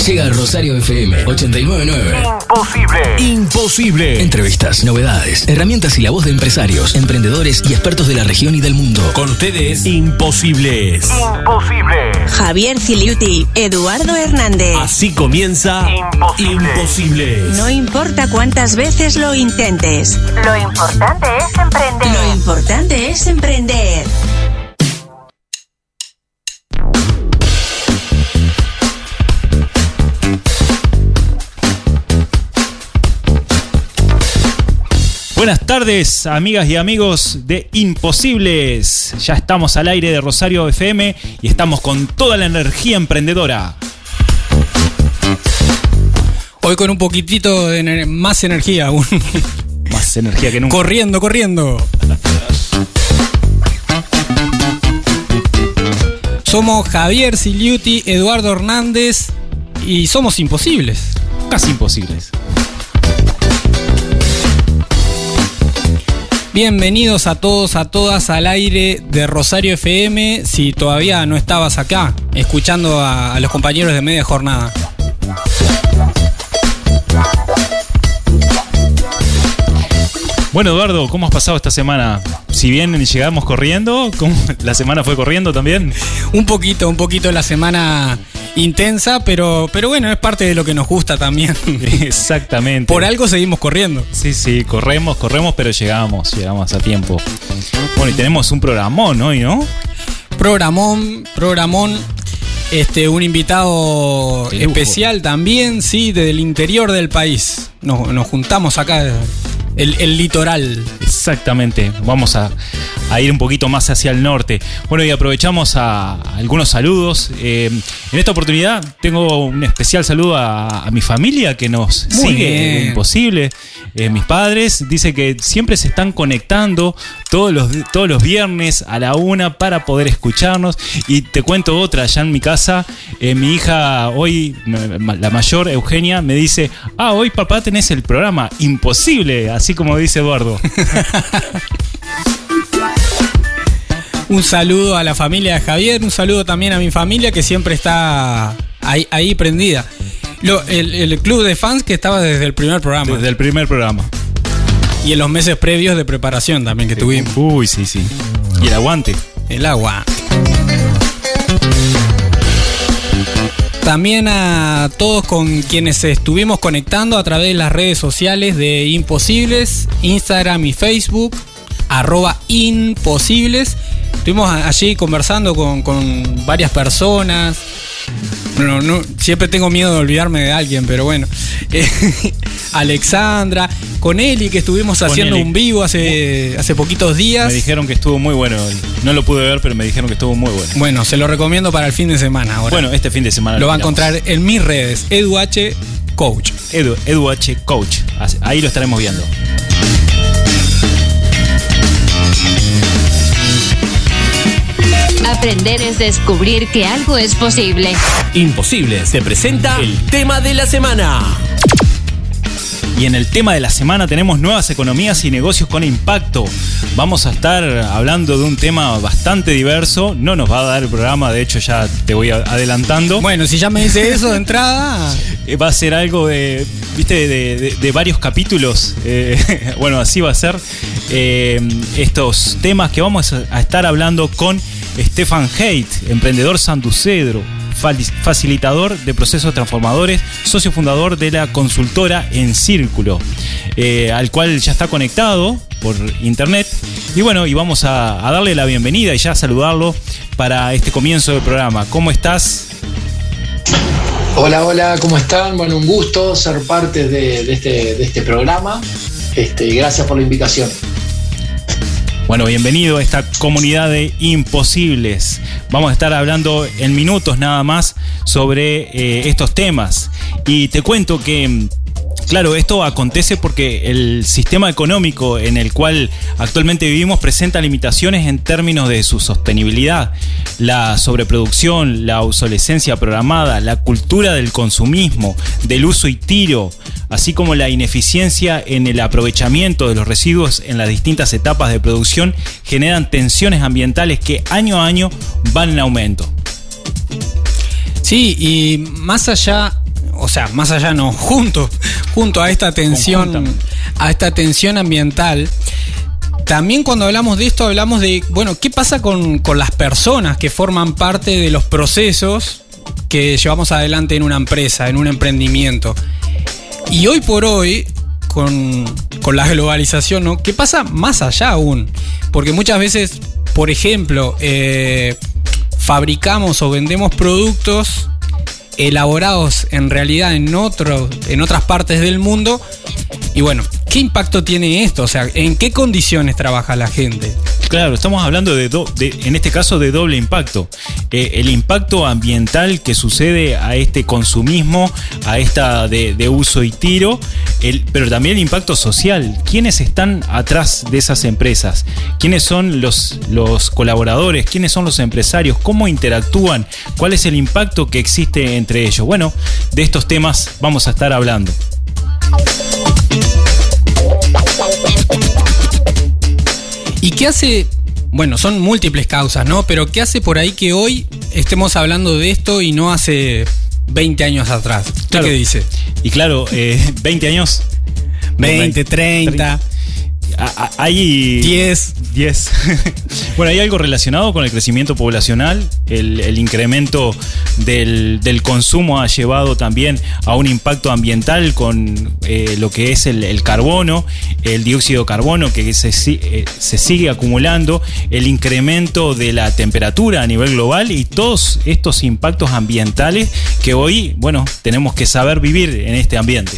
Llega Rosario FM 899. Imposible. Entrevistas, novedades, herramientas y la voz de empresarios, emprendedores y expertos de la región y del mundo. Con ustedes, Imposibles. Javier Filiuti, Eduardo Hernández. Así comienza Imposibles. No importa cuántas veces lo intentes. Lo importante es emprender. Lo importante es emprender. Buenas tardes, amigas y amigos de Imposibles. Ya estamos al aire de Rosario FM y estamos con toda la energía emprendedora. Hoy con un poquitito de más energía aún. Más energía que nunca. Corriendo. Somos Javier Filiuti, Eduardo Hernández y somos Imposibles. Casi imposibles. Bienvenidos a todos, a todas al aire de Rosario FM. Si todavía no estabas acá, escuchando a los compañeros de media jornada. Bueno, Eduardo, ¿cómo has pasado esta semana? Si bien llegamos corriendo, ¿cómo la semana fue corriendo también? Un poquito la semana intensa, pero bueno, es parte de lo que nos gusta también. Exactamente. Por algo seguimos corriendo. Sí, corremos, pero llegamos a tiempo. Bueno, y tenemos un programón hoy, ¿no? Programón. Un invitado especial también, sí, desde el interior del país. Nos juntamos acá. El litoral. Exactamente, vamos a ir un poquito más hacia el norte. Bueno, y aprovechamos a algunos saludos. En esta oportunidad tengo un especial saludo a mi familia que nos sigue en Imposible. Mis padres dicen que siempre se están conectando todos los viernes a la 1 para poder escucharnos. Y te cuento otra, allá en mi casa, mi hija hoy, la mayor, Eugenia, me dice: hoy papá tenés el programa Imposible, así como dice Eduardo. Un saludo a la familia de Javier, un saludo también a mi familia que siempre está ahí prendida. El club de fans que estaba desde el primer programa. Desde el primer programa. Y en los meses previos de preparación también que tuvimos. Uy, sí. Y el aguante. El aguante. También a todos con quienes estuvimos conectando a través de las redes sociales de Imposibles, Instagram y Facebook, @Imposibles. Estuvimos allí conversando con varias personas. No, siempre tengo miedo de olvidarme de alguien, pero bueno. Alexandra, con Eli, que estuvimos haciendo un vivo hace poquitos días. Me dijeron que estuvo muy bueno. No lo pude ver, pero me dijeron que estuvo muy bueno. Bueno, se lo recomiendo para el fin de semana ahora. Bueno, este fin de semana lo va a encontrar en mis redes, EduH Coach. EduH Coach. Ahí lo estaremos viendo. Aprender es descubrir que algo es posible. Imposible. Se presenta el tema de la semana. Y en el tema de la semana tenemos nuevas economías y negocios con impacto. Vamos a estar hablando de un tema bastante diverso. No nos va a dar el programa, de hecho ya te voy adelantando. Bueno, si ya me dice eso de entrada. Va a ser algo de varios capítulos. Bueno, así va a ser estos temas que vamos a estar hablando con Stefan Haidt, emprendedor santucedro, facilitador de procesos transformadores, socio fundador de la consultora En Círculo, al cual ya está conectado por internet. Y bueno, y vamos a darle la bienvenida y ya saludarlo para este comienzo del programa. ¿Cómo estás? Hola, ¿cómo están? Bueno, un gusto ser parte de este programa. Gracias por la invitación. Bueno, bienvenido a esta comunidad de Imposibles. Vamos a estar hablando en minutos nada más sobre estos temas. Y te cuento que, claro, esto acontece porque el sistema económico en el cual actualmente vivimos presenta limitaciones en términos de su sostenibilidad. La sobreproducción, la obsolescencia programada, la cultura del consumismo, del uso y tiro, así como la ineficiencia en el aprovechamiento de los residuos en las distintas etapas de producción, generan tensiones ambientales que año a año van en aumento. Sí, y más allá o sea, más allá no, junto a esta tensión ambiental, también cuando hablamos de esto hablamos de, bueno, ¿qué pasa con las personas que forman parte de los procesos que llevamos adelante en una empresa, en un emprendimiento? Y hoy por hoy, con la globalización, ¿no? ¿Qué pasa más allá aún? Porque muchas veces, por ejemplo, fabricamos o vendemos productos elaborados en realidad en otras partes del mundo. Y bueno, ¿qué impacto tiene esto? O sea, ¿en qué condiciones trabaja la gente? Claro, estamos hablando en este caso de doble impacto. El impacto ambiental que sucede a este consumismo, a esta de uso y tiro, pero también el impacto social. ¿Quiénes están atrás de esas empresas? ¿Quiénes son los colaboradores? ¿Quiénes son los empresarios? ¿Cómo interactúan? ¿Cuál es el impacto que existe entre ellos? Bueno, de estos temas vamos a estar hablando. ¿Y qué hace? Bueno, son múltiples causas, ¿no? Pero ¿qué hace por ahí que hoy estemos hablando de esto y no hace 20 años atrás? Claro. ¿Qué dice? Y claro, 20 años. 20, 30. Hay 10. Bueno, hay algo relacionado con el crecimiento poblacional. El incremento del consumo ha llevado también a un impacto ambiental con lo que es el carbono, el dióxido de carbono que se sigue acumulando, el incremento de la temperatura a nivel global y todos estos impactos ambientales que hoy, bueno, tenemos que saber vivir en este ambiente.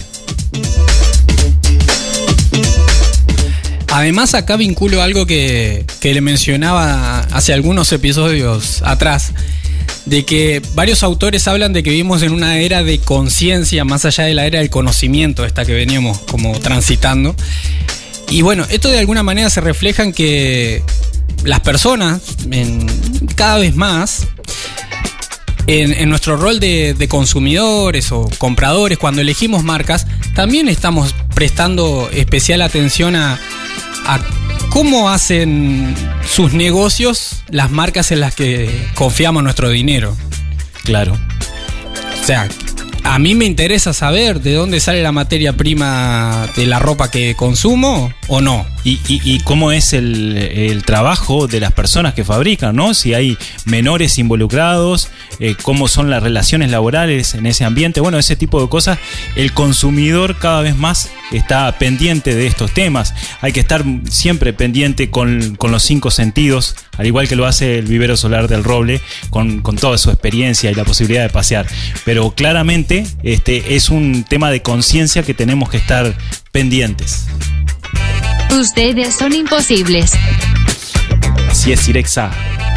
Además, acá vinculo algo que le mencionaba hace algunos episodios atrás, de que varios autores hablan de que vivimos en una era de conciencia más allá de la era del conocimiento, esta que veníamos como transitando. Y bueno, esto de alguna manera se refleja en que las personas, cada vez más, en nuestro rol de consumidores o compradores, cuando elegimos marcas, también estamos prestando especial atención a cómo hacen sus negocios las marcas en las que confiamos nuestro dinero. Claro. O sea, a mí me interesa saber de dónde sale la materia prima de la ropa que consumo o no. Y cómo es el trabajo de las personas que fabrican, ¿no? Si hay menores involucrados, cómo son las relaciones laborales en ese ambiente. Bueno, ese tipo de cosas. El consumidor cada vez más está pendiente de estos temas. Hay que estar siempre pendiente con los 5 sentidos, al igual que lo hace el vivero solar del Roble, con toda su experiencia y la posibilidad de pasear. Pero claramente es un tema de conciencia que tenemos que estar pendientes. Ustedes son imposibles. Así es, Irexa.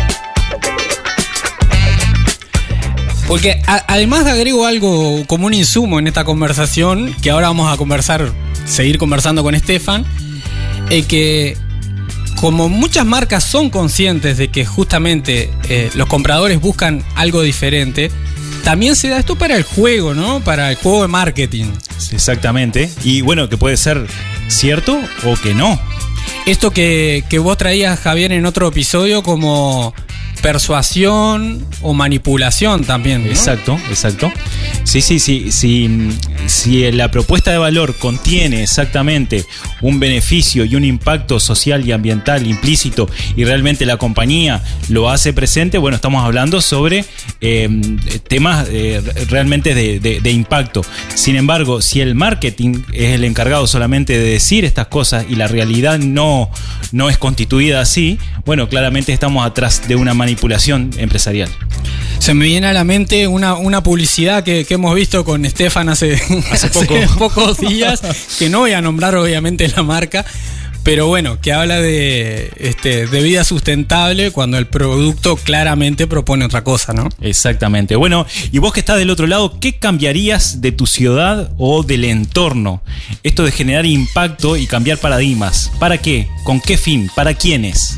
Porque además agrego algo como un insumo en esta conversación, que ahora vamos a seguir conversando con Estefan, que como muchas marcas son conscientes de que justamente los compradores buscan algo diferente, también se da esto para el juego, ¿no? Para el juego de marketing. Exactamente. Y bueno, que puede ser cierto o que no. Esto que vos traías, Javier, en otro episodio como persuasión o manipulación también, ¿no? Exacto. Sí. Si la propuesta de valor contiene exactamente un beneficio y un impacto social y ambiental implícito y realmente la compañía lo hace presente, bueno, estamos hablando sobre temas realmente de impacto. Sin embargo, si el marketing es el encargado solamente de decir estas cosas y la realidad no es constituida así, bueno, claramente estamos atrás de una manipulación empresarial. Se me viene a la mente una publicidad que hemos visto con Estefan hace pocos días, que no voy a nombrar obviamente la marca, pero bueno, que habla de vida sustentable cuando el producto claramente propone otra cosa, ¿no? Exactamente. Bueno, y vos que estás del otro lado, ¿qué cambiarías de tu ciudad o del entorno? Esto de generar impacto y cambiar paradigmas. ¿Para qué? ¿Con qué fin? ¿Para quiénes?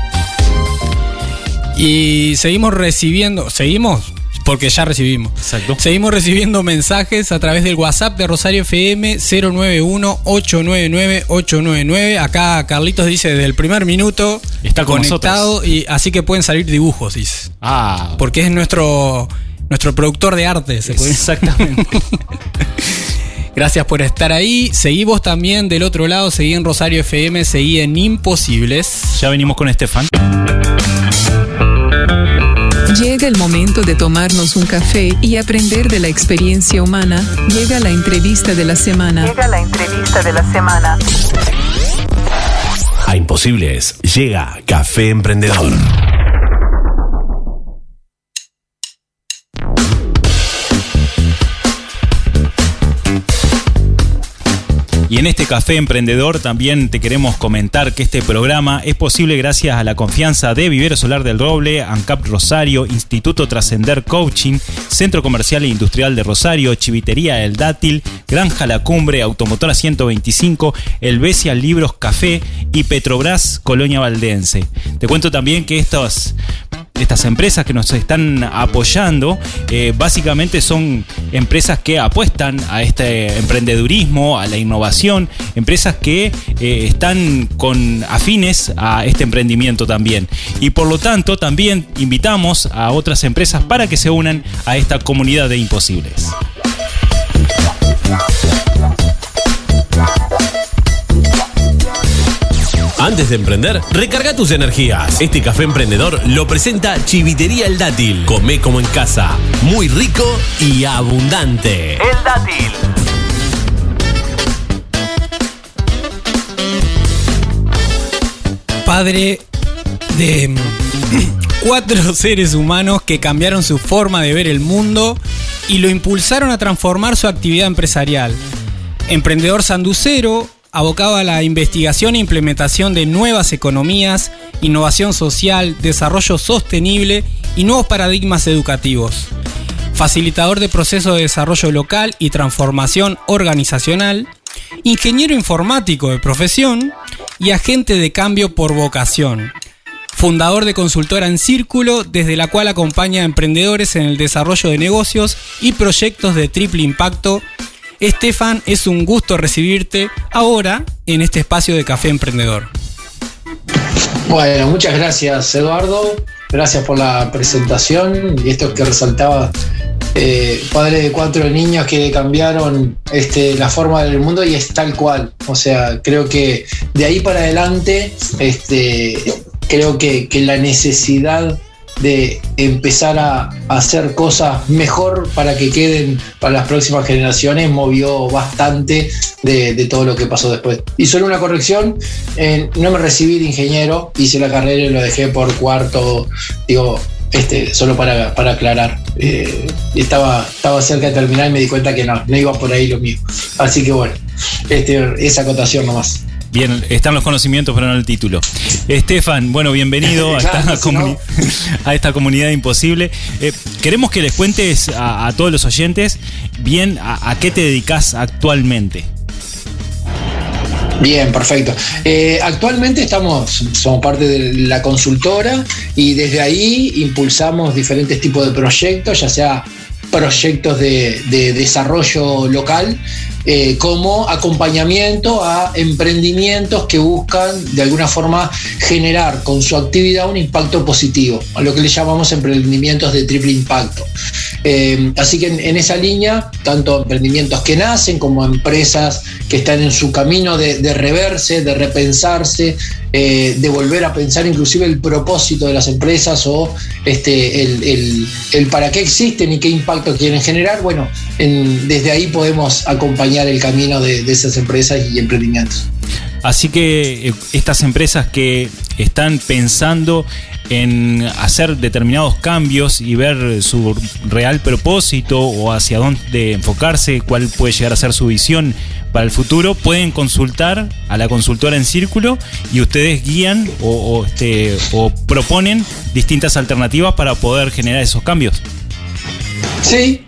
Y seguimos porque ya recibimos. Exacto. Seguimos recibiendo mensajes a través del WhatsApp de Rosario FM 091-899-899. Acá Carlitos dice desde el primer minuto está conectado y así que pueden salir dibujos, dice. Ah. Porque es nuestro nuestro productor de arte. Exactamente. Gracias por estar ahí. Seguí vos también del otro lado, seguí en Rosario FM, seguí en Imposibles. Ya venimos con Estefan. Llega el momento de tomarnos un café y aprender de la experiencia humana. Llega la entrevista de la semana. A Imposibles llega Café Emprendedor. Y en este Café Emprendedor también te queremos comentar que este programa es posible gracias a la confianza de Vivero Solar del Roble, ANCAP Rosario, Instituto Trascender Coaching, Centro Comercial e Industrial de Rosario, Chivitería El Dátil, Granja La Cumbre, Automotora 125, Helvecia Libros Café y Petrobras Colonia Valdense. Te cuento también que estas empresas que nos están apoyando básicamente son empresas que apuestan a este emprendedurismo, a la innovación, empresas que están afines a este emprendimiento también. Y por lo tanto también invitamos a otras empresas para que se unan a esta comunidad de imposibles. Antes de emprender, recarga tus energías. Este Café Emprendedor lo presenta Chivitería El Dátil. Come como en casa. Muy rico y abundante. El Dátil. Padre de 4 seres humanos que cambiaron su forma de ver el mundo y lo impulsaron a transformar su actividad empresarial. Emprendedor sanducero, abocado a la investigación e implementación de nuevas economías, innovación social, desarrollo sostenible y nuevos paradigmas educativos. Facilitador de procesos de desarrollo local y transformación organizacional, ingeniero informático de profesión y agente de cambio por vocación. Fundador de consultora En Círculo, desde la cual acompaña a emprendedores en el desarrollo de negocios y proyectos de triple impacto. Estefan, es un gusto recibirte ahora en este espacio de Café Emprendedor. Bueno, muchas gracias, Eduardo. Gracias por la presentación y esto que resaltaba, padre de 4 niños que cambiaron la forma del mundo, y es tal cual. O sea, creo que de ahí para adelante, creo que la necesidad de empezar a hacer cosas mejor para que queden para las próximas generaciones movió bastante de todo lo que pasó después. Y solo una corrección, no me recibí de ingeniero, hice la carrera y lo dejé por cuarto, solo para aclarar. Estaba cerca de terminar y me di cuenta que no iba por ahí lo mío. Así que bueno, esa acotación nomás. Bien, están los conocimientos, pero no el título. Estefan, bueno, bienvenido a esta comunidad imposible. Queremos que les cuentes a todos los oyentes bien a qué te dedicas actualmente. Bien, perfecto. Actualmente somos parte de la consultora y desde ahí impulsamos diferentes tipos de proyectos, ya sea proyectos de desarrollo local, como acompañamiento a emprendimientos que buscan de alguna forma generar con su actividad un impacto positivo, a lo que le llamamos emprendimientos de triple impacto. Así que en esa línea, tanto emprendimientos que nacen como empresas que están en su camino de reverse, de repensarse, de volver a pensar inclusive el propósito de las empresas o el para qué existen y qué impacto quieren generar. Bueno, desde ahí podemos acompañar el camino de esas empresas y emprendimientos. Así que estas empresas que están pensando en hacer determinados cambios y ver su real propósito o hacia dónde enfocarse, cuál puede llegar a ser su visión para el futuro, pueden consultar a la consultora En Círculo y ustedes guían o proponen distintas alternativas para poder generar esos cambios. Sí,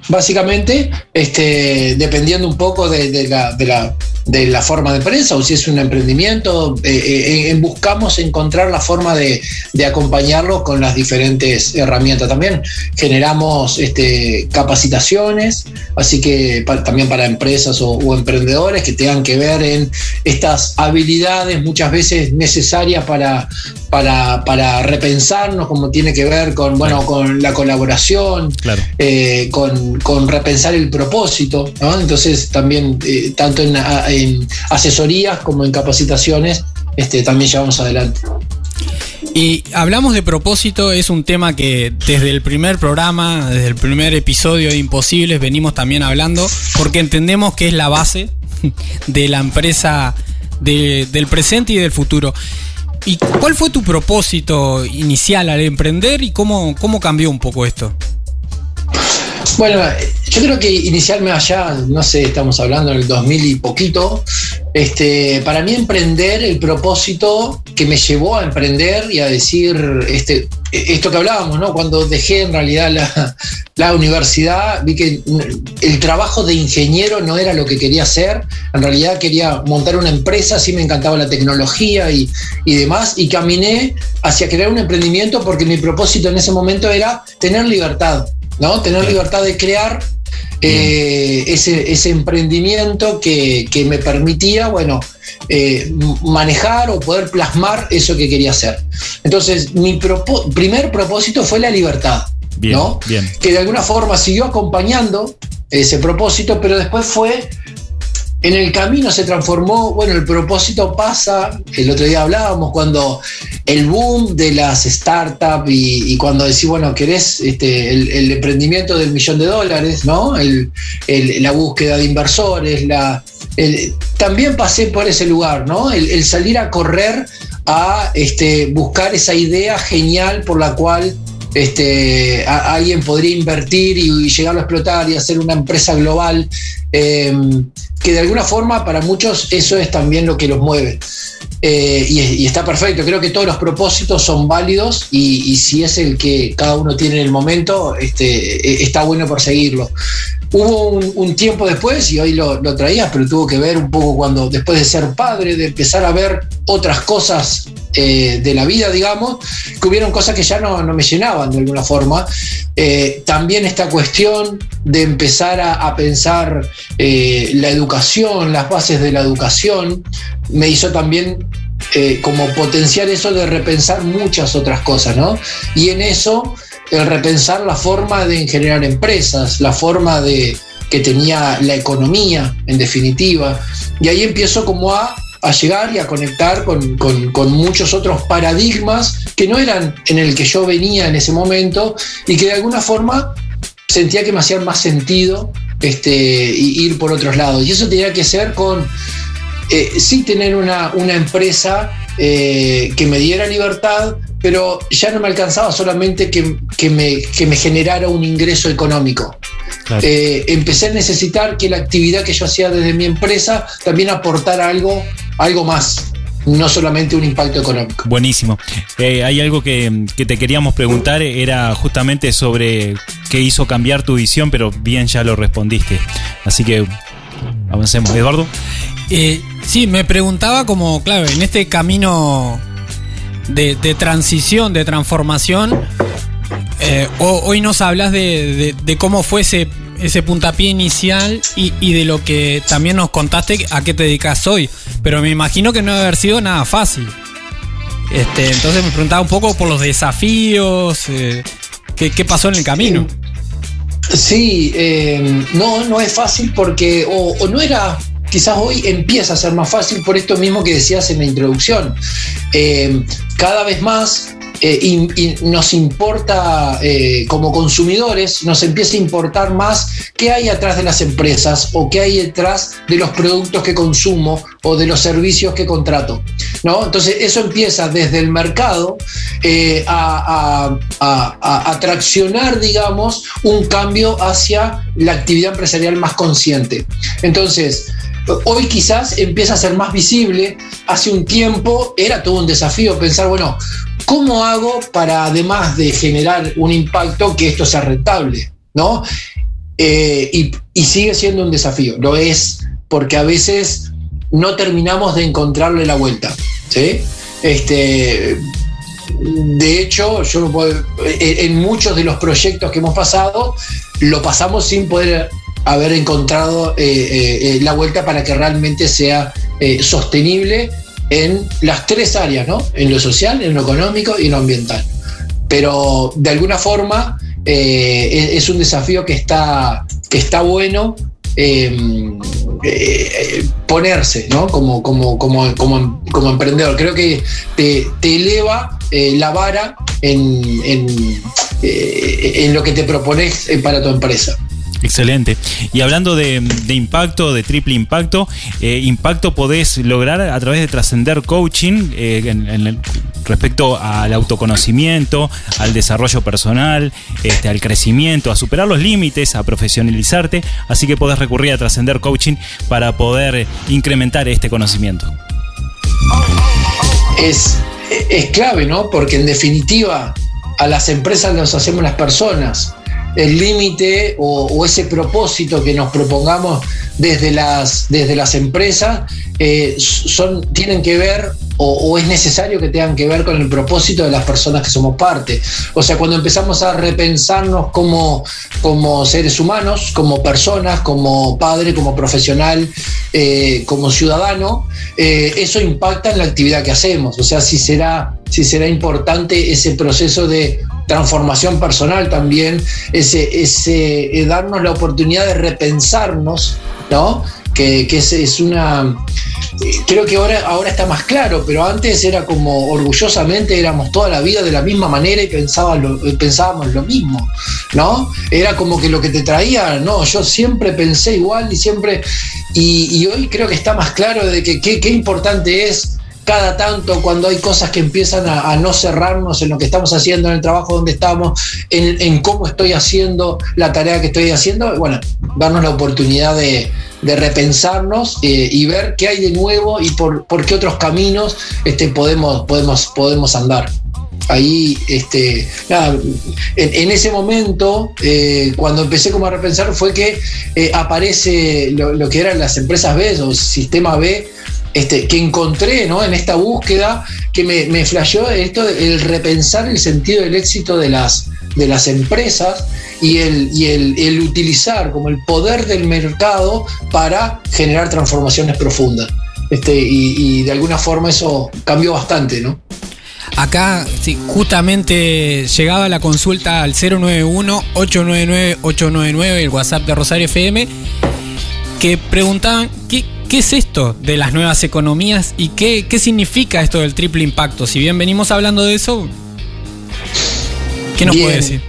básicamente, dependiendo un poco de la forma de empresa o si es un emprendimiento, buscamos encontrar la forma de acompañarlo con las diferentes herramientas. También generamos capacitaciones, así que también para empresas o emprendedores que tengan que ver en estas habilidades muchas veces necesarias para repensarnos, como tiene que ver con, bueno, con la colaboración, claro, con repensar el propósito, ¿no? Entonces también tanto en asesorías como en capacitaciones también llevamos adelante. Y hablamos de propósito, es un tema que desde el primer programa, desde el primer episodio de Imposibles venimos también hablando, porque entendemos que es la base de la empresa del presente y del futuro. ¿Y cuál fue tu propósito inicial al emprender y cómo cambió un poco esto? Bueno, yo creo que inicialmente allá, no sé, estamos hablando en el 2000 y poquito, para mí emprender, el propósito que me llevó a emprender y a decir esto que hablábamos, ¿no? Cuando dejé en realidad la universidad, vi que el trabajo de ingeniero no era lo que quería hacer. En realidad quería montar una empresa, sí me encantaba la tecnología y demás, y caminé hacia crear un emprendimiento porque mi propósito en ese momento era tener libertad, ¿no? Tener libertad de crear ese emprendimiento que me permitía, bueno, manejar o poder plasmar eso que quería hacer. Entonces, mi primer propósito fue la libertad, bien, ¿no? Bien. Que de alguna forma siguió acompañando ese propósito, pero después en el camino se transformó, bueno, el propósito pasa, el otro día hablábamos, cuando el boom de las startups y cuando decís, bueno, querés el emprendimiento del $1.000.000, ¿no? La búsqueda de inversores, también pasé por ese lugar, ¿no? El salir a correr a buscar esa idea genial por la cual alguien podría invertir y llegarlo a explotar y hacer una empresa global, que de alguna forma para muchos eso es también lo que los mueve, y está perfecto. Creo que todos los propósitos son válidos y si es el que cada uno tiene en el momento, está bueno por seguirlo. Hubo un tiempo después, y hoy lo traías, pero tuvo que ver un poco cuando, después de ser padre, de empezar a ver otras cosas de la vida, digamos, que hubieron cosas que ya no me llenaban de alguna forma. También esta cuestión de empezar a pensar la educación, las bases de la educación, me hizo también como potenciar eso de repensar muchas otras cosas, ¿no? Y en eso, el repensar la forma de generar empresas, la forma que tenía la economía, en definitiva. Y ahí empiezo como a llegar y a conectar con muchos otros paradigmas que no eran en el que yo venía en ese momento y que de alguna forma sentía que me hacían más sentido ir por otros lados. Y eso tenía que ser con sí tener una empresa que me diera libertad, pero ya no me alcanzaba solamente que me generara un ingreso económico. Claro. Empecé a necesitar que la actividad que yo hacía desde mi empresa también aportara algo más, no solamente un impacto económico. Buenísimo. Hay algo que te queríamos preguntar, era justamente sobre qué hizo cambiar tu visión, pero bien ya lo respondiste. Así que avancemos. Eduardo. Sí, me preguntaba como, claro, en este camino de transición, de transformación, hoy nos hablas de cómo fue ese puntapié inicial y de lo que también nos contaste a qué te dedicas hoy, pero me imagino que no debe haber sido nada fácil. Entonces me preguntaba un poco por los desafíos, qué pasó en el camino. Sí, no es fácil porque o no era. Quizás hoy empieza a ser más fácil por esto mismo que decías en la introducción. Cada vez más nos importa, como consumidores, nos empieza a importar más qué hay atrás de las empresas o qué hay detrás de los productos que consumo o de los servicios que contrato, ¿no? Entonces eso empieza desde el mercado a traccionar, digamos, un cambio hacia la actividad empresarial más consciente. Entonces, hoy quizás empieza a ser más visible. Hace un tiempo era todo un desafío pensar, bueno, ¿cómo hago para, además de generar un impacto, que esto sea rentable, ¿no? y sigue siendo un desafío. Lo es porque a veces no terminamos de encontrarle la vuelta, ¿sí? De hecho, en muchos de los proyectos que hemos pasado, lo pasamos sin poder haber encontrado la vuelta para que realmente sea sostenible en las tres áreas, ¿no? En lo social, en lo económico y en lo ambiental. Pero de alguna forma es un desafío que está bueno ponerse, ¿no? Como emprendedor. Creo que te eleva la vara en lo que te propones para tu empresa. Excelente. Y hablando de impacto, de triple impacto, impacto podés lograr a través de Trascender Coaching respecto al autoconocimiento, al desarrollo personal, al crecimiento, a superar los límites, a profesionalizarte. Así que podés recurrir a Trascender Coaching para poder incrementar este conocimiento. Es clave, ¿no? Porque en definitiva a las empresas las hacemos las personas. El límite o ese propósito que nos propongamos desde las empresas tienen que ver o es necesario que tengan que ver con el propósito de las personas que somos parte. O sea, cuando empezamos a repensarnos como seres humanos, como personas, como padre, como profesional, como ciudadano, eso impacta en la actividad que hacemos. O sea, si será importante ese proceso de transformación personal también, ese darnos la oportunidad de repensarnos, ¿no? Que es una... Creo que ahora está más claro, pero antes era como orgullosamente éramos toda la vida de la misma manera y pensábamos lo mismo, ¿no? Era como que lo que te traía, no, yo siempre pensé igual y siempre... Y hoy creo que está más claro de que qué importante es cada tanto cuando hay cosas que empiezan a no cerrarnos en lo que estamos haciendo, en el trabajo donde estamos, en cómo estoy haciendo la tarea que estoy haciendo, bueno, darnos la oportunidad de repensarnos y ver qué hay de nuevo y por qué otros caminos podemos andar. Ahí, en ese momento, cuando empecé como a repensar, fue que aparece lo que eran las empresas B o sistema B, que encontré, ¿no? En esta búsqueda que me flasheó el repensar el sentido del éxito de las empresas y el utilizar como el poder del mercado para generar transformaciones profundas. Y de alguna forma eso cambió bastante, ¿no? Acá, sí, justamente llegaba la consulta al 091-899-899, el WhatsApp de Rosario FM, que preguntaban ¿qué es esto de las nuevas economías y qué significa esto del triple impacto? Si bien venimos hablando de eso, ¿qué nos puede decir?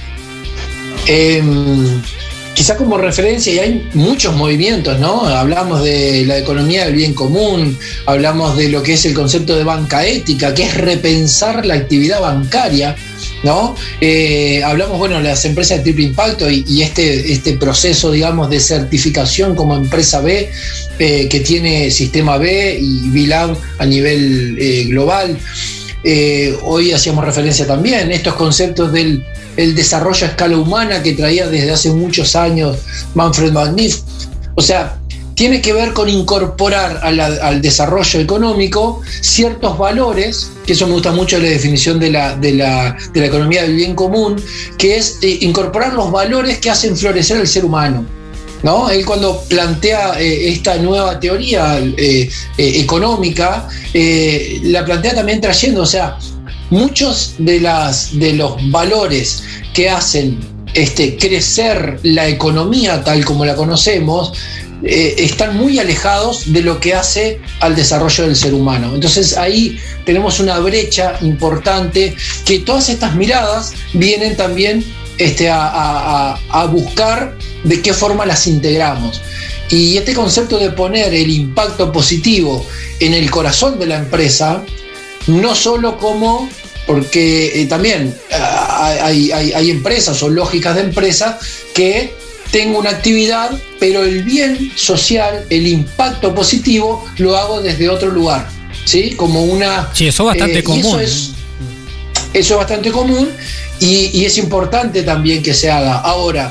Quizá como referencia, y hay muchos movimientos, ¿no? Hablamos de la economía del bien común, hablamos de lo que es el concepto de banca ética, que es repensar la actividad bancaria, ¿no? Hablamos, bueno, de las empresas de triple impacto y este proceso, digamos, de certificación como empresa B, que tiene sistema B y B-Lab a nivel global. Hoy hacíamos referencia también a estos conceptos del desarrollo a escala humana que traía desde hace muchos años Manfred Magniff. O sea, tiene que ver con incorporar al desarrollo económico ciertos valores, que eso me gusta mucho la definición de la economía del bien común, que es incorporar los valores que hacen florecer al ser humano, ¿no? Él cuando plantea esta nueva teoría económica, la plantea también trayendo, o sea, muchos de los valores que hacen crecer la economía tal como la conocemos están muy alejados de lo que hace al desarrollo del ser humano. Entonces ahí tenemos una brecha importante que todas estas miradas vienen también a buscar de qué forma las integramos. Y este concepto de poner el impacto positivo en el corazón de la empresa, no solo como, porque también hay empresas o lógicas de empresas que tengo una actividad, pero el bien social, el impacto positivo, lo hago desde otro lugar, ¿sí? Como una... Sí, eso es bastante común. Eso es bastante común y es importante también que se haga. Ahora,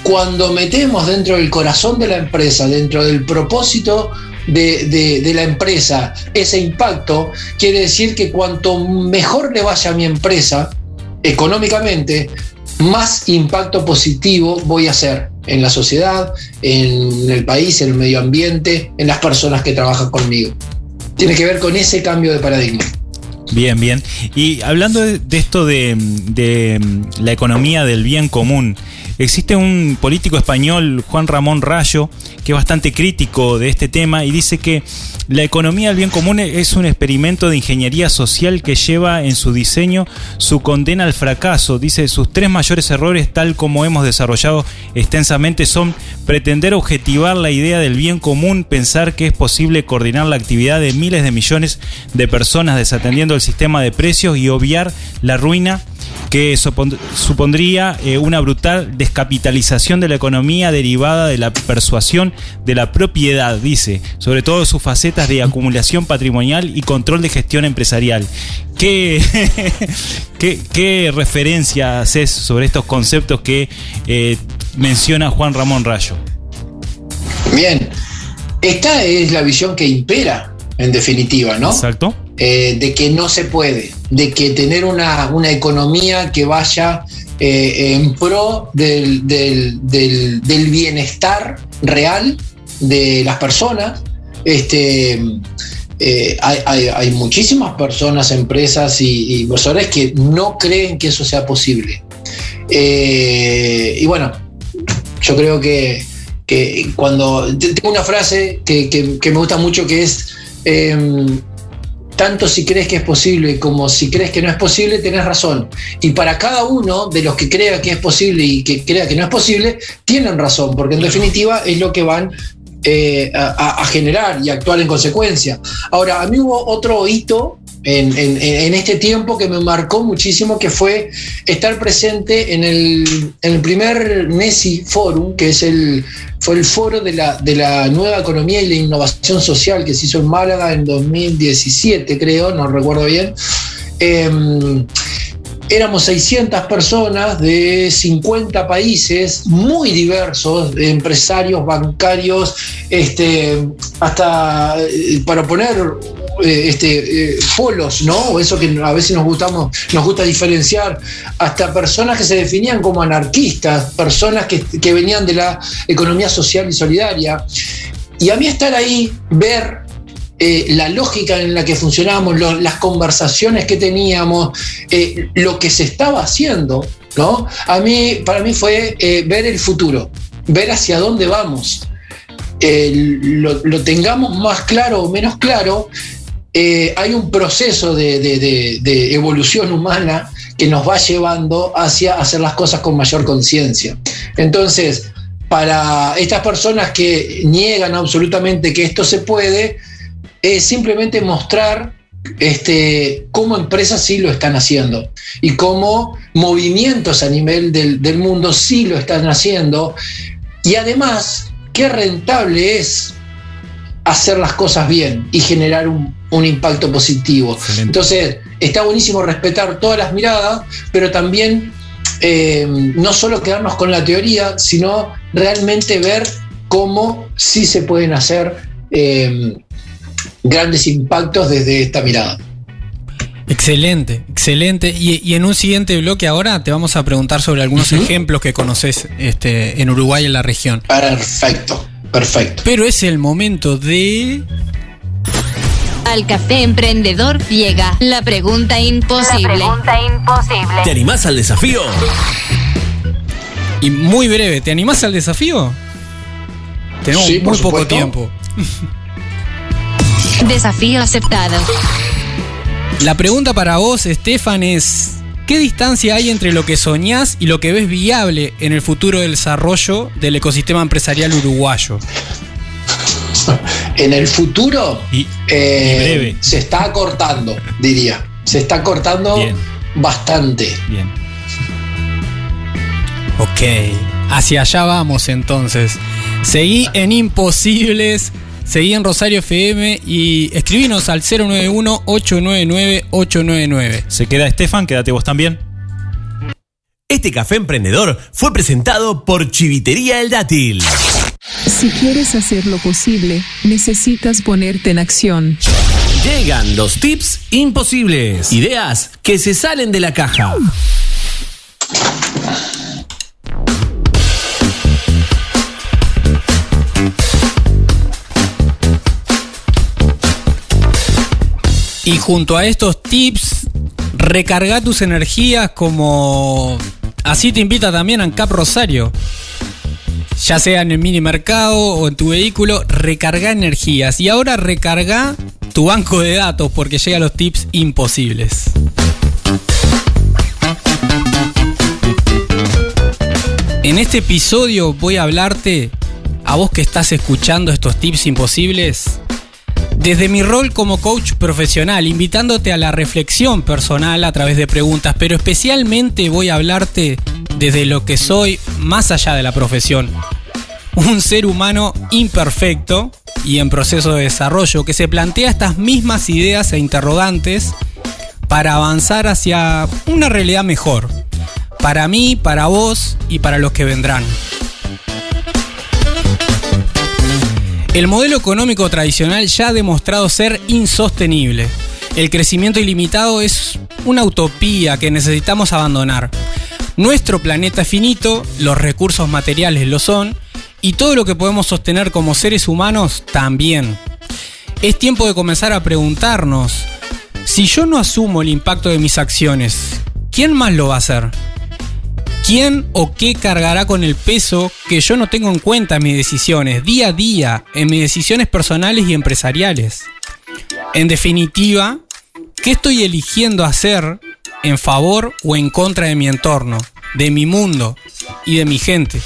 cuando metemos dentro del corazón de la empresa, dentro del propósito de la empresa, ese impacto, quiere decir que cuanto mejor le vaya a mi empresa económicamente, más impacto positivo voy a hacer en la sociedad, en el país, en el medio ambiente, en las personas que trabajan conmigo. Tiene que ver con ese cambio de paradigma. Bien, bien. Y hablando de esto de la economía del bien común, existe un político español, Juan Ramón Rayo, que es bastante crítico de este tema y dice que la economía del bien común es un experimento de ingeniería social que lleva en su diseño su condena al fracaso. Dice, sus 3 mayores errores, tal como hemos desarrollado extensamente, son pretender objetivar la idea del bien común, pensar que es posible coordinar la actividad de miles de millones de personas desatendiendo el sistema de precios y obviar la ruina que supondría una brutal descapitalización de la economía derivada de la persuasión de la propiedad, dice, sobre todo sus facetas de acumulación patrimonial y control de gestión empresarial. ¿Qué referencia haces sobre estos conceptos que menciona Juan Ramón Rayo? Bien, esta es la visión que impera, en definitiva, ¿no? Exacto. De que no se puede, de que tener una economía que vaya en pro del bienestar real de las personas. Hay muchísimas personas, empresas y inversores que no creen que eso sea posible. Y bueno, yo creo que cuando tengo una frase que me gusta mucho, que es tanto si crees que es posible como si crees que no es posible, tenés razón. Y para cada uno de los que crea que es posible y que crea que no es posible, tienen razón, porque en definitiva es lo que van a generar y actuar en consecuencia. Ahora, a mí hubo otro hito en este tiempo que me marcó muchísimo, que fue estar presente en el primer NESI Forum, que fue el foro de la nueva economía y la innovación social, que se hizo en Málaga en 2017, creo, no recuerdo bien. Éramos 600 personas de 50 países, muy diversos, empresarios, bancarios, hasta para poner polos, ¿no? O eso que a veces nos gusta diferenciar, hasta personas que se definían como anarquistas, personas que venían de la economía social y solidaria. Y a mí estar ahí, ver la lógica en la que funcionábamos, las conversaciones que teníamos, lo que se estaba haciendo, ¿no? Para mí fue ver el futuro, ver hacia dónde vamos. Lo tengamos más claro o menos claro, hay un proceso de evolución humana que nos va llevando hacia hacer las cosas con mayor conciencia. Entonces, para estas personas que niegan absolutamente que esto se puede, es simplemente mostrar cómo empresas sí lo están haciendo y cómo movimientos a nivel del mundo sí lo están haciendo, y además qué rentable es hacer las cosas bien y generar un impacto positivo. Excelente. Entonces está buenísimo respetar todas las miradas, pero también no solo quedarnos con la teoría, sino realmente ver cómo sí se pueden hacer grandes impactos desde esta mirada. Excelente, excelente. Y en un siguiente bloque ahora te vamos a preguntar sobre algunos ejemplos que conoces en Uruguay, en la región. Perfecto, perfecto. Pero es el momento de... Al Café Emprendedor llega la pregunta imposible. ¿Te animás al desafío? Y muy breve, ¿te animás al desafío? Tenemos sí, muy poco tiempo. Desafío aceptado. La pregunta para vos, Estefan, es: ¿qué distancia hay entre lo que soñás y lo que ves viable en el futuro del desarrollo del ecosistema empresarial uruguayo? En el futuro y breve. Se está acortando, diría. Se está acortando bien. Bastante. Bien. Ok, hacia allá vamos entonces. Seguí en Imposibles, seguí en Rosario FM y escribinos al 091-899-899. Se queda Estefan, quédate vos también. Este café emprendedor fue presentado por Chivitería El Dátil. Si quieres hacer lo posible, necesitas ponerte en acción. Llegan los tips imposibles. Ideas que se salen de la caja. Y junto a estos tips, recarga tus energías como así te invita también ANCAP Rosario. Ya sea en el mini mercado o en tu vehículo, recarga energías. Y ahora recarga tu banco de datos porque llegan los tips imposibles. En este episodio voy a hablarte, a vos que estás escuchando estos tips imposibles, desde mi rol como coach profesional, invitándote a la reflexión personal a través de preguntas, pero especialmente voy a hablarte desde lo que soy más allá de la profesión. Un ser humano imperfecto y en proceso de desarrollo que se plantea estas mismas ideas e interrogantes para avanzar hacia una realidad mejor. Para mí, para vos y para los que vendrán. El modelo económico tradicional ya ha demostrado ser insostenible. El crecimiento ilimitado es una utopía que necesitamos abandonar. Nuestro planeta es finito, los recursos materiales lo son, y todo lo que podemos sostener como seres humanos también. Es tiempo de comenzar a preguntarnos, si yo no asumo el impacto de mis acciones, ¿quién más lo va a hacer? ¿Quién o qué cargará con el peso que yo no tengo en cuenta en mis decisiones, día a día, en mis decisiones personales y empresariales? En definitiva, ¿qué estoy eligiendo hacer en favor o en contra de mi entorno, de mi mundo y de mi gente?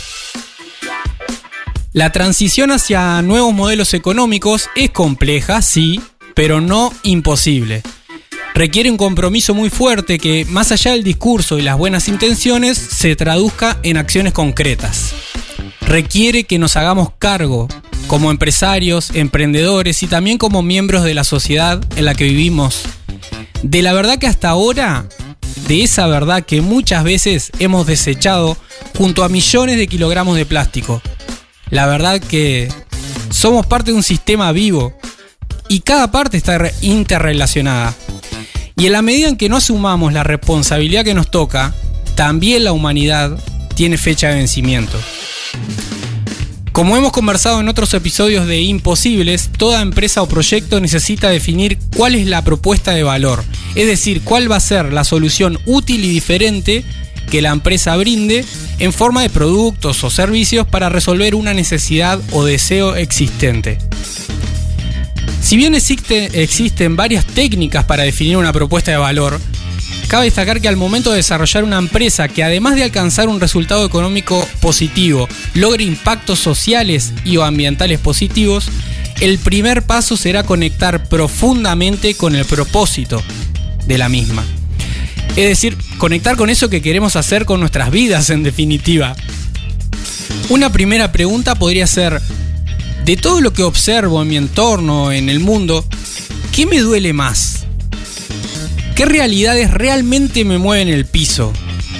La transición hacia nuevos modelos económicos es compleja, sí, pero no imposible. Requiere un compromiso muy fuerte que, más allá del discurso y las buenas intenciones, se traduzca en acciones concretas. Requiere que nos hagamos cargo, como empresarios, emprendedores y también como miembros de la sociedad en la que vivimos, de la verdad que hasta ahora, de esa verdad que muchas veces hemos desechado junto a millones de kilogramos de plástico. La verdad que somos parte de un sistema vivo y cada parte está interrelacionada. Y en la medida en que no asumamos la responsabilidad que nos toca, también la humanidad tiene fecha de vencimiento. Como hemos conversado en otros episodios de Imposibles, toda empresa o proyecto necesita definir cuál es la propuesta de valor, es decir, cuál va a ser la solución útil y diferente que la empresa brinde en forma de productos o servicios para resolver una necesidad o deseo existente. Si bien existen varias técnicas para definir una propuesta de valor, cabe destacar que al momento de desarrollar una empresa que además de alcanzar un resultado económico positivo, logre impactos sociales y o ambientales positivos, el primer paso será conectar profundamente con el propósito de la misma. Es decir, conectar con eso que queremos hacer con nuestras vidas, en definitiva. Una primera pregunta podría ser: de todo lo que observo en mi entorno, en el mundo, ¿qué me duele más? ¿Qué realidades realmente me mueven el piso?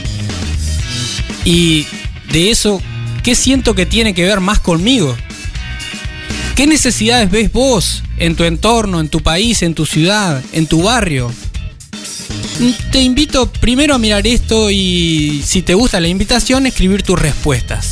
Y de eso, ¿qué siento que tiene que ver más conmigo? ¿Qué necesidades ves vos en tu entorno, en tu país, en tu ciudad, en tu barrio? Te invito primero a mirar esto y, si te gusta la invitación, escribir tus respuestas.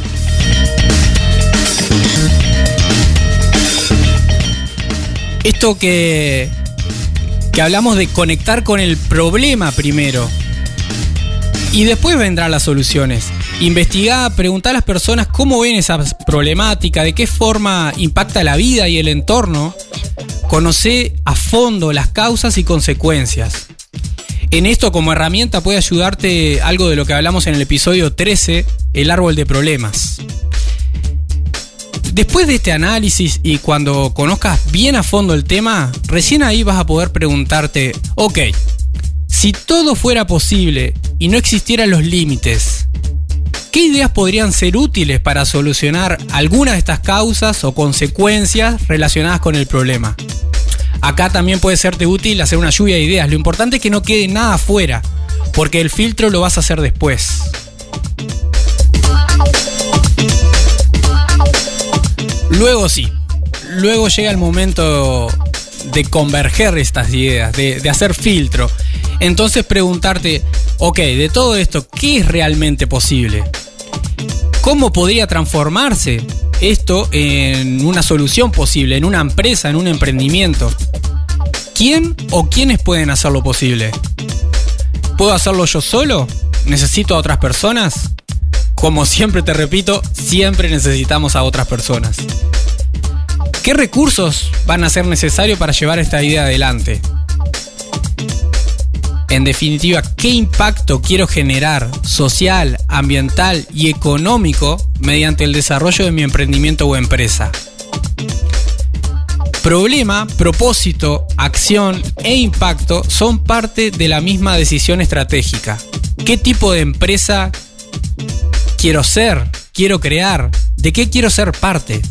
Esto que hablamos de conectar con el problema primero y después vendrán las soluciones. Investigar, preguntar a las personas cómo ven esa problemática, de qué forma impacta la vida y el entorno. Conocer a fondo las causas y consecuencias. En esto, como herramienta, puede ayudarte algo de lo que hablamos en el episodio 13, el árbol de problemas. Después de este análisis y cuando conozcas bien a fondo el tema, recién ahí vas a poder preguntarte: ok, si todo fuera posible y no existieran los límites, ¿qué ideas podrían ser útiles para solucionar algunas de estas causas o consecuencias relacionadas con el problema? acá también puede serte útil hacer una lluvia de ideas. Lo importante es que no quede nada afuera, porque el filtro lo vas a hacer después. Luego llega el momento de converger estas ideas, de hacer filtro. Entonces preguntarte, ok, de todo esto, ¿qué es realmente posible? ¿Cómo podría transformarse esto en una solución posible, en una empresa, en un emprendimiento? ¿Quién o quiénes pueden hacerlo posible? ¿Puedo hacerlo yo solo? ¿Necesito a otras personas? Como siempre te repito, siempre necesitamos a otras personas. ¿Qué recursos van a ser necesarios para llevar esta idea adelante? En definitiva, ¿qué impacto quiero generar social, ambiental y económico mediante el desarrollo de mi emprendimiento o empresa? Problema, propósito, acción e impacto son parte de la misma decisión estratégica. ¿Qué tipo de empresa quiero ser? ¿Quiero crear? ¿De qué quiero ser parte?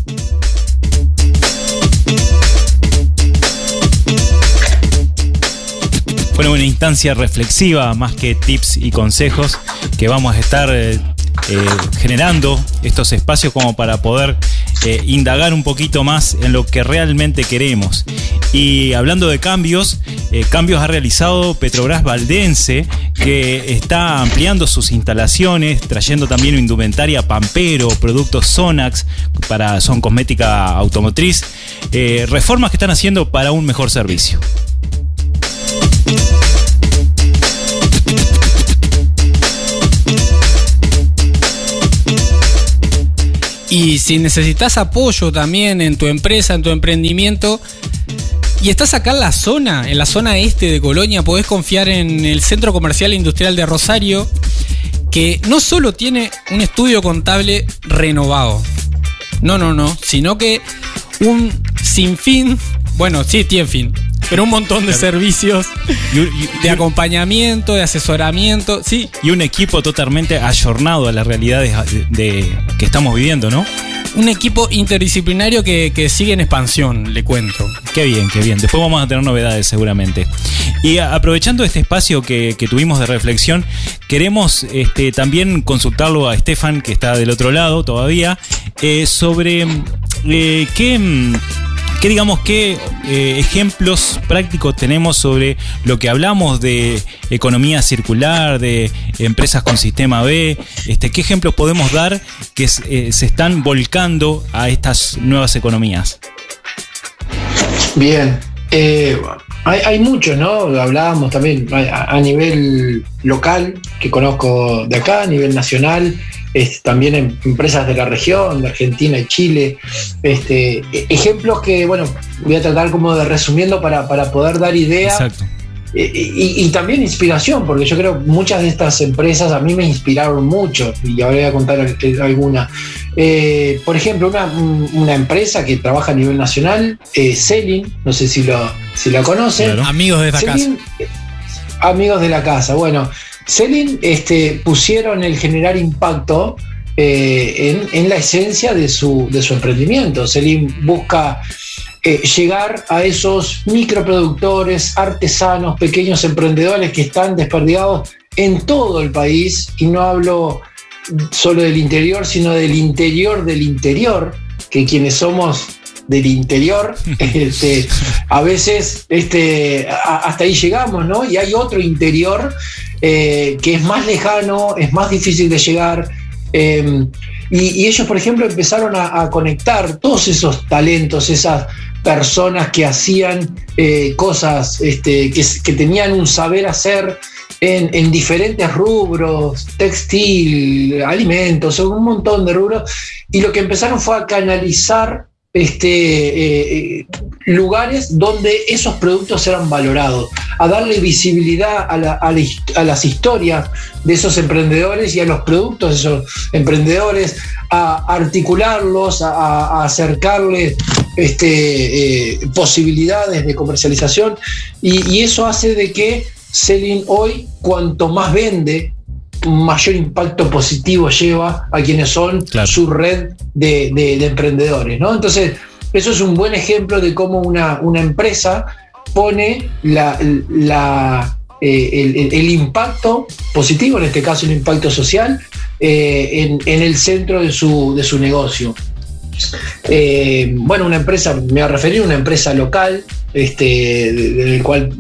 Bueno, una instancia reflexiva más que tips y consejos que vamos a estar generando estos espacios como para poder indagar un poquito más en lo que realmente queremos. Y hablando de cambios ha realizado Petrobras Valdense, que está ampliando sus instalaciones, trayendo también indumentaria Pampero, productos Sonax son cosmética automotriz, reformas que están haciendo para un mejor servicio. Y si necesitas apoyo también en tu empresa, en tu emprendimiento, y estás acá en la zona este de Colonia, podés confiar en el Centro Comercial e Industrial de Rosario, que no solo tiene un estudio contable renovado, no, sino que un sinfín, bueno, sí tiene fin, pero un montón de servicios de acompañamiento, de asesoramiento, sí. Y un equipo totalmente ayornado a las realidades que estamos viviendo, ¿no? Un equipo interdisciplinario que sigue en expansión, le cuento. Qué bien. Después vamos a tener novedades seguramente. Y aprovechando este espacio que tuvimos de reflexión, queremos también consultarlo a Estefan, que está del otro lado todavía, sobre ¿Qué ejemplos prácticos tenemos sobre lo que hablamos de economía circular, de empresas con sistema B? ¿Qué ejemplos podemos dar que se están volcando a estas nuevas economías? Bien, hay muchos, ¿no? Hablábamos también a nivel local, que conozco de acá, a nivel nacional. También en empresas de la región, de Argentina y Chile, ejemplos que, bueno, voy a tratar como de resumiendo para poder dar idea. Exacto. Y también inspiración, porque yo creo que muchas de estas empresas a mí me inspiraron mucho, y ahora voy a contar alguna. Por ejemplo, una empresa que trabaja a nivel nacional, Selin, no sé si la conocen. Claro. Amigos de esta casa. Amigos de la casa, bueno. Selin pusieron el generar impacto en la esencia de su emprendimiento. Selin busca llegar a esos microproductores, artesanos, pequeños emprendedores que están desperdigados en todo el país, y no hablo solo del interior, sino del interior, que quienes somos del interior, a veces hasta ahí llegamos, ¿no? Y hay otro interior que es más lejano, es más difícil de llegar, y ellos, por ejemplo, empezaron a conectar todos esos talentos, esas personas que hacían cosas, que tenían un saber hacer en diferentes rubros, textil, alimentos, un montón de rubros, y lo que empezaron fue a canalizar lugares donde esos productos eran valorados, a darle visibilidad a las historias de esos emprendedores y a los productos de esos emprendedores, a articularlos, a acercarles posibilidades de comercialización, y eso hace de que Selin hoy, cuanto más vende, mayor impacto positivo lleva a quienes son, claro, su red de emprendedores, ¿no? Entonces, eso es un buen ejemplo de cómo una empresa pone el impacto positivo, en este caso el impacto social, en el centro de su negocio. Una empresa, me voy a referir a una empresa local, en el cual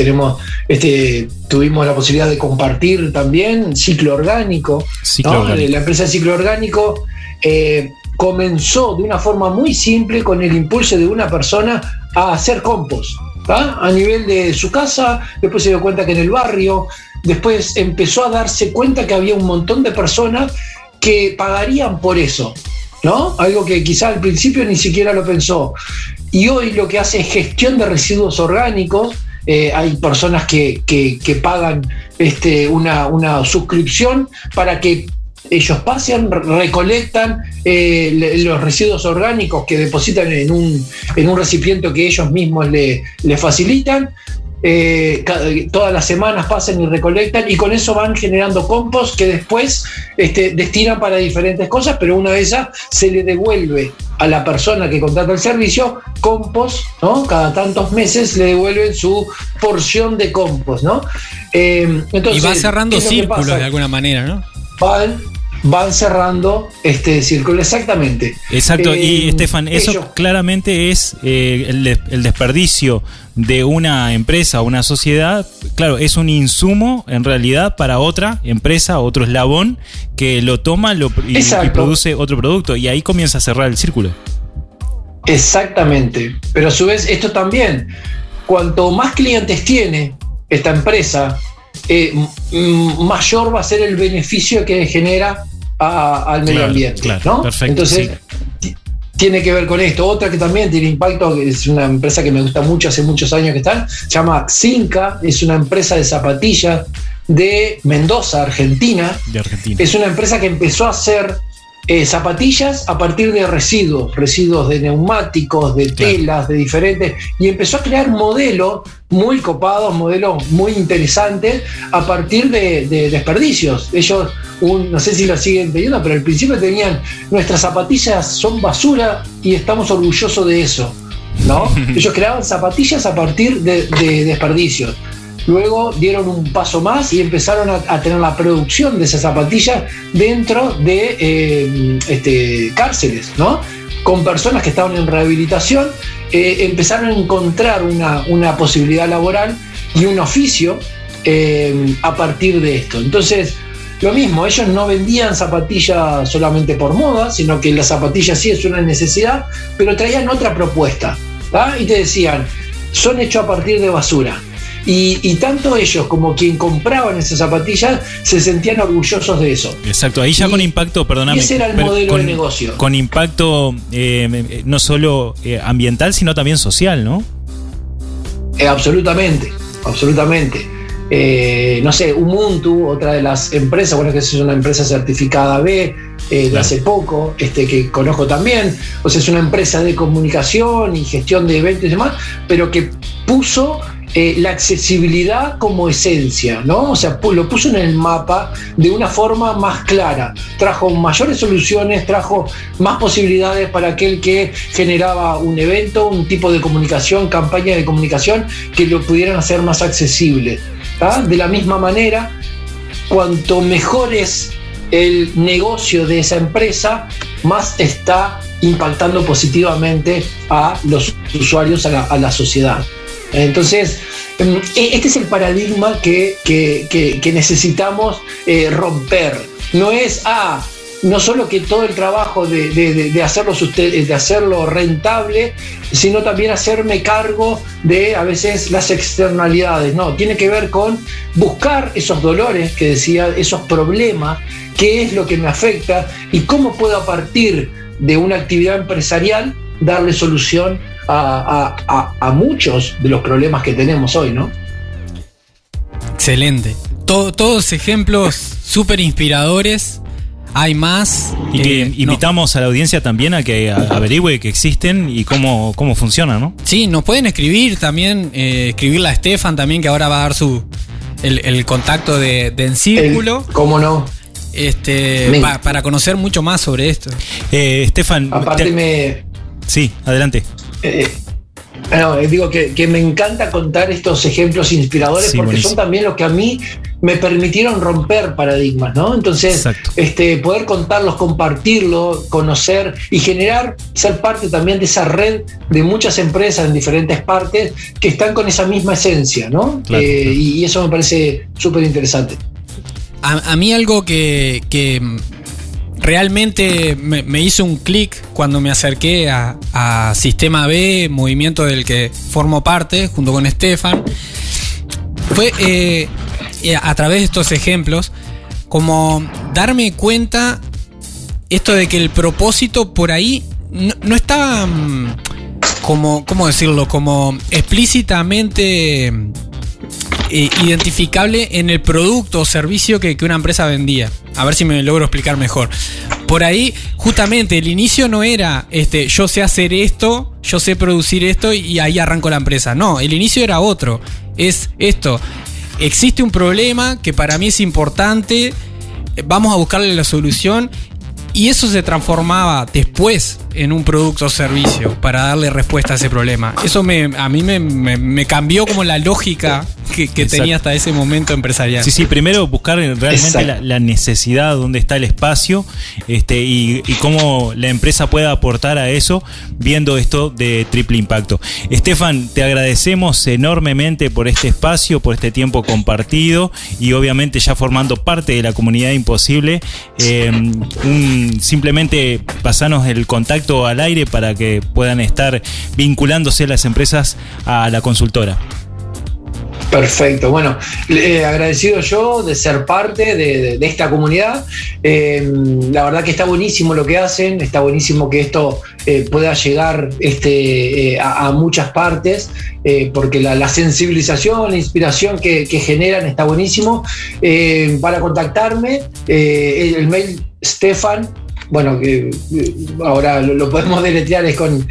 tuvimos la posibilidad de compartir también, Ciclo Orgánico. La empresa Ciclo Orgánico comenzó de una forma muy simple con el impulso de una persona a hacer compost, a nivel de su casa, después se dio cuenta que en el barrio, después empezó a darse cuenta que había un montón de personas que pagarían por eso, ¿no? Algo que quizá al principio ni siquiera lo pensó. Y hoy lo que hace es gestión de residuos orgánicos. Hay personas que pagan una suscripción para que ellos pasen, recolectan los residuos orgánicos que depositan en un recipiente que ellos mismos le facilitan. Todas las semanas pasan y recolectan, y con eso van generando compost que después destinan para diferentes cosas, pero una de esas se le devuelve a la persona que contrata el servicio compost, ¿no? Cada tantos meses le devuelven su porción de compost, ¿no? Entonces, y va cerrando círculos de alguna manera, ¿no? Van cerrando este círculo, exactamente. Exacto, y Estefan, eso claramente es el desperdicio de una empresa o una sociedad. Claro, es un insumo en realidad para otra empresa, otro eslabón que lo toma y produce otro producto, y ahí comienza a cerrar el círculo. Exactamente, pero a su vez esto también, cuanto más clientes tiene esta empresa, mayor va a ser el beneficio que genera al medio ambiente, claro, ¿no? Perfecto, entonces tiene que ver con esto. Otra que también tiene impacto, que es una empresa que me gusta mucho, hace muchos años que están, se llama Xinca, es una empresa de zapatillas de Mendoza, Argentina. Es una empresa que empezó a hacer zapatillas a partir de residuos de neumáticos, de telas, de diferentes, y empezó a crear modelos muy copados, modelos muy interesantes a partir de desperdicios. Ellos, no sé si lo siguen teniendo, pero al principio tenían: nuestras zapatillas son basura y estamos orgullosos de eso, ¿no? Ellos creaban zapatillas a partir de desperdicios. Luego dieron un paso más y empezaron a tener la producción de esas zapatillas dentro de cárceles, ¿no? Con personas que estaban en rehabilitación, empezaron a encontrar una posibilidad laboral y un oficio a partir de esto. Entonces, lo mismo, ellos no vendían zapatillas solamente por moda, sino que las zapatillas sí es una necesidad, pero traían otra propuesta, ¿tá? Y te decían: son hechos a partir de basura. Y tanto ellos como quien compraban esas zapatillas se sentían orgullosos de eso. Exacto, ahí ya con impacto, perdóname. Ese era el modelo de negocio. Con impacto no solo ambiental, sino también social, ¿no? Absolutamente. No sé, Ubuntu, otra de las empresas, bueno, que es una empresa certificada B, de hace poco, que conozco también. O sea, es una empresa de comunicación y gestión de eventos y demás, pero que puso la accesibilidad como esencia, ¿no? O sea, lo puso en el mapa de una forma más clara. Trajo mayores soluciones, trajo más posibilidades para aquel que generaba un evento, un tipo de comunicación, campaña de comunicación, que lo pudieran hacer más accesible, ¿tá? De la misma manera, cuanto mejor es el negocio de esa empresa, más está impactando positivamente a los usuarios, a la sociedad. Entonces, este es el paradigma que necesitamos romper. No es no solo que todo el trabajo de hacerlo rentable, sino también hacerme cargo de a veces las externalidades. No, tiene que ver con buscar esos dolores que decía, esos problemas, qué es lo que me afecta y cómo puedo, a partir de una actividad empresarial, darle solución a muchos de los problemas que tenemos hoy, ¿no? Excelente. Todos ejemplos súper inspiradores. Hay más. Y que invitamos a la audiencia también a que averigüe que existen y cómo funcionan, ¿no? Sí, nos pueden escribir también, escribirle a Estefan también, que ahora va a dar el contacto de Encírculo. ¿Cómo no? Para conocer mucho más sobre esto. Estefan, aparte Sí, adelante. Digo que me encanta contar estos ejemplos inspiradores, Sí, porque buenísimo. son también los que a mí me permitieron romper paradigmas, ¿no? Entonces, Exacto. poder contarlos, compartirlos, conocer y ser parte también de esa red de muchas empresas en diferentes partes que están con esa misma esencia, ¿no? Claro, claro. Y eso me parece súper interesante. A mí algo que realmente me hizo un clic cuando me acerqué a Sistema B, movimiento del que formo parte junto con Estefan, fue a través de estos ejemplos como darme cuenta esto de que el propósito por ahí no estaba como, ¿cómo decirlo? Como explícitamente identificable en el producto o servicio que una empresa vendía. A ver si me logro explicar mejor. Por ahí, justamente, el inicio no era yo sé hacer esto, yo sé producir esto y ahí arranco la empresa. No, el inicio era otro. Es esto. Existe un problema que para mí es importante, vamos a buscarle la solución. Y eso se transformaba después en un producto o servicio para darle respuesta a ese problema. Eso a mí me cambió como la lógica que tenía hasta ese momento empresarial. Sí, primero buscar realmente la necesidad, dónde está el espacio, y cómo la empresa pueda aportar a eso, viendo esto de triple impacto. Estefan, te agradecemos enormemente por este espacio, por este tiempo compartido y obviamente ya formando parte de la comunidad Imposible. Simplemente pasanos el contacto al aire para que puedan estar vinculándose las empresas a la consultora. Perfecto, bueno, agradecido yo de ser parte de esta comunidad. La verdad que está buenísimo lo que hacen, está buenísimo que esto pueda llegar a muchas partes, porque la sensibilización, la inspiración que generan está buenísimo. Para contactarme, el mail Stefan, bueno, que ahora lo podemos deletrear, es con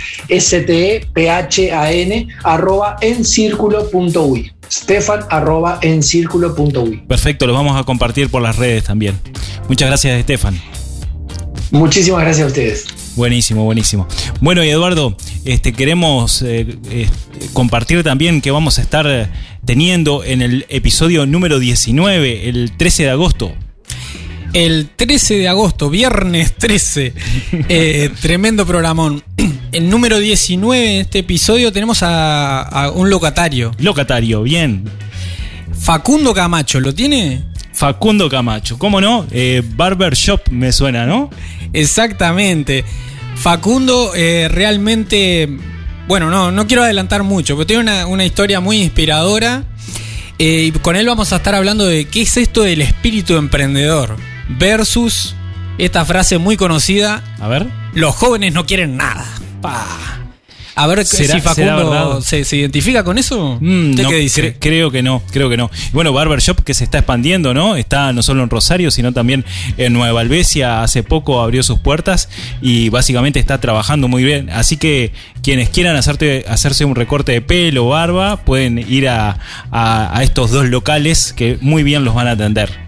stephan@encirculo.uy. Stefan@encirculo.uy. Perfecto, lo vamos a compartir por las redes también. Muchas gracias, Estefan. Muchísimas gracias a ustedes. Buenísimo. Bueno, y Eduardo, queremos compartir también que vamos a estar teniendo en el episodio número 19, el 13 de agosto. El 13 de agosto, viernes 13, tremendo programón. El número 19 en este episodio tenemos a un locatario. Locatario, bien. Facundo Camacho, ¿lo tiene? Facundo Camacho, ¿cómo no? Barber Shop me suena, ¿no? Exactamente. Facundo realmente, bueno, no quiero adelantar mucho, pero tiene una historia muy inspiradora. Y con él vamos a estar hablando de qué es esto del espíritu emprendedor versus esta frase muy conocida: a ver, los jóvenes no quieren nada. A ver si Facundo se identifica con eso. No, ¿Qué dice? Creo que no. Bueno, Barbershop que se está expandiendo, ¿no? Está no solo en Rosario, sino también en Nueva Albesia. Hace poco abrió sus puertas y básicamente está trabajando muy bien. Así que quienes quieran hacerse un recorte de pelo o barba, pueden ir a estos dos locales que muy bien los van a atender.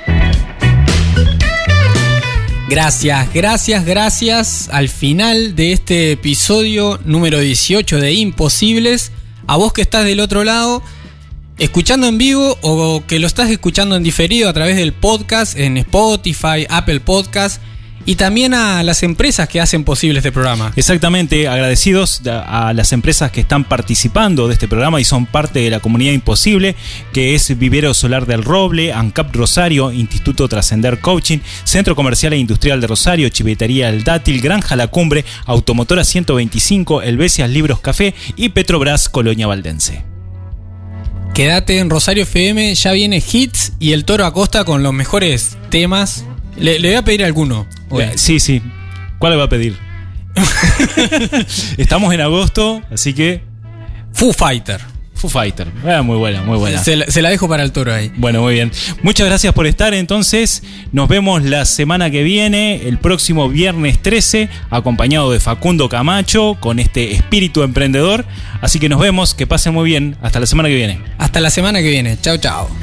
Gracias. Al final de este episodio número 18 de Imposibles, a vos que estás del otro lado, escuchando en vivo o que lo estás escuchando en diferido a través del podcast en Spotify, Apple Podcast, y también a las empresas que hacen posible este programa. Exactamente, agradecidos a las empresas que están participando de este programa y son parte de la comunidad Imposible, que es Vivero Solar del Roble, ANCAP Rosario, Instituto Trascender Coaching, Centro Comercial e Industrial de Rosario, Chivetería El Dátil, Granja La Cumbre, Automotora 125, Helvecias Libros Café y Petrobras Colonia Valdense. Quédate en Rosario FM, ya viene Hits y el Toro Acosta con los mejores temas. Le voy a pedir alguno. Sí. ¿Cuál le va a pedir? Estamos en agosto, así que... Foo Fighter. Muy buena. Se la dejo para el Toro ahí. Bueno, muy bien. Muchas gracias por estar entonces. Nos vemos la semana que viene, el próximo viernes 13, acompañado de Facundo Camacho, con este espíritu emprendedor. Así que nos vemos, que pasen muy bien. Hasta la semana que viene. Chau.